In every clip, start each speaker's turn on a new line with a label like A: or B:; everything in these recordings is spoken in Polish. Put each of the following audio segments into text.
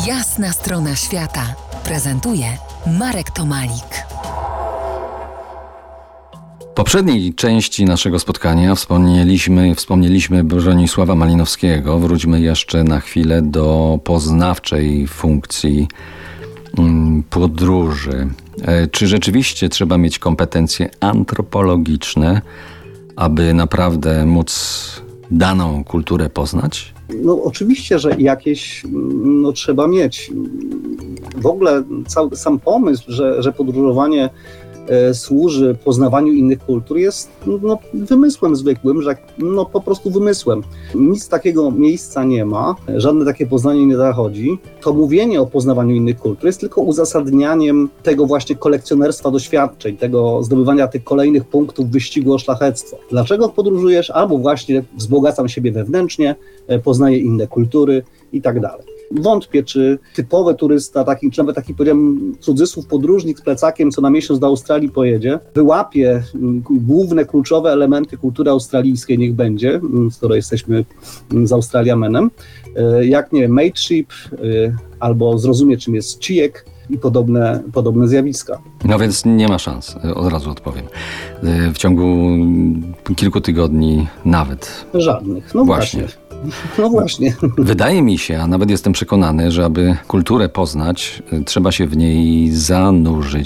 A: Jasna strona świata prezentuje Marek Tomalik.
B: W poprzedniej części naszego spotkania wspomnieliśmy Bronisława Malinowskiego. Wróćmy jeszcze na chwilę do poznawczej funkcji podróży. Czy rzeczywiście trzeba mieć kompetencje antropologiczne, aby naprawdę móc daną kulturę poznać?
C: No oczywiście, że jakieś trzeba mieć. W ogóle sam pomysł, że podróżowanie służy poznawaniu innych kultur, jest wymysłem zwykłym, że po prostu wymysłem. Nic takiego miejsca nie ma, żadne takie poznanie nie zachodzi. To mówienie o poznawaniu innych kultur jest tylko uzasadnianiem tego właśnie kolekcjonerstwa doświadczeń, tego zdobywania tych kolejnych punktów wyścigu o szlachectwo. Dlaczego podróżujesz? Albo właśnie wzbogacam siebie wewnętrznie, poznaję inne kultury i tak dalej. Wątpię, czy typowy turysta, czy nawet taki, powiedziałem, cudzysłów podróżnik z plecakiem, co na miesiąc do Australii pojedzie, wyłapie główne, kluczowe elementy kultury australijskiej, niech będzie, skoro jesteśmy z Australiamenem, jak, nie wiem, mateship, albo zrozumie, czym jest chijek i podobne zjawiska.
B: No więc nie ma szans, od razu odpowiem. W ciągu kilku tygodni nawet.
C: Żadnych, no właśnie. No właśnie.
B: Wydaje mi się, a nawet jestem przekonany, że aby kulturę poznać, trzeba się w niej zanurzyć,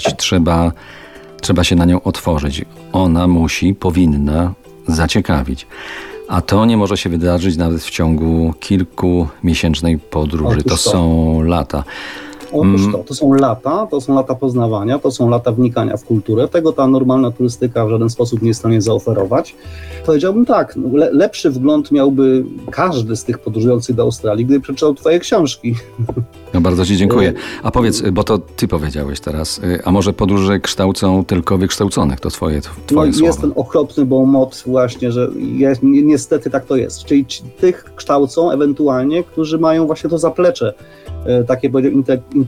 B: trzeba się na nią otworzyć. Ona powinna zaciekawić. A to nie może się wydarzyć nawet w ciągu kilkumiesięcznej podróży. To są lata.
C: Otóż to są lata poznawania, to są lata wnikania w kulturę. Tego ta normalna turystyka w żaden sposób nie jest w stanie zaoferować. Powiedziałbym tak, lepszy wgląd miałby każdy z tych podróżujących do Australii, gdyby przeczytał twoje książki.
B: No bardzo ci dziękuję. A powiedz, bo to ty powiedziałeś teraz, a może podróże kształcą tylko wykształconych? To twoje słowa.
C: Jest ten okropny bon mot właśnie, że niestety tak to jest. Czyli tych kształcą ewentualnie, którzy mają właśnie to zaplecze, takie, powiedziałbym,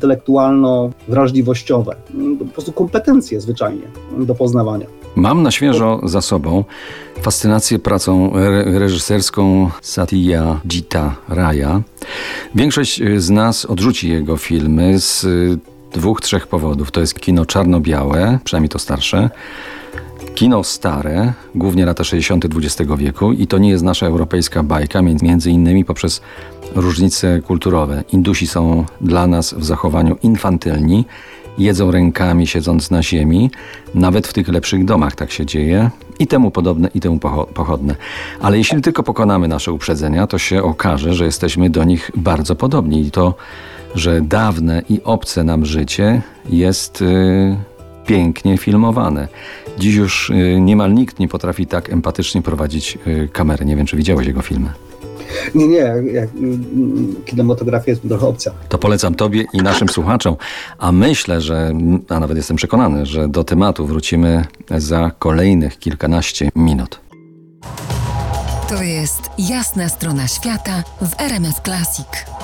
C: intelektualno-wrażliwościowe. Po prostu kompetencje zwyczajnie do poznawania.
B: Mam na świeżo za sobą fascynację pracą reżyserską Satyajita Raya. Większość z nas odrzuci jego filmy z 2-3 powodów. To jest kino czarno-białe, przynajmniej to starsze, kino stare, głównie lata 60. XX wieku, i to nie jest nasza europejska bajka, między innymi poprzez różnice kulturowe. Indusi są dla nas w zachowaniu infantylni, jedzą rękami siedząc na ziemi, nawet w tych lepszych domach tak się dzieje, i temu podobne, i temu pochodne. Ale jeśli tylko pokonamy nasze uprzedzenia, to się okaże, że jesteśmy do nich bardzo podobni i to, że dawne i obce nam życie jest pięknie filmowane. Dziś już niemal nikt nie potrafi tak empatycznie prowadzić kamery. Nie wiem, czy widziałeś jego filmy.
C: Nie, kinematografia jest trochę obca.
B: To polecam tobie i naszym słuchaczom, a myślę, a nawet jestem przekonany, że do tematu wrócimy za kolejnych kilkanaście minut.
A: To jest Jasna strona świata w RMF Classic.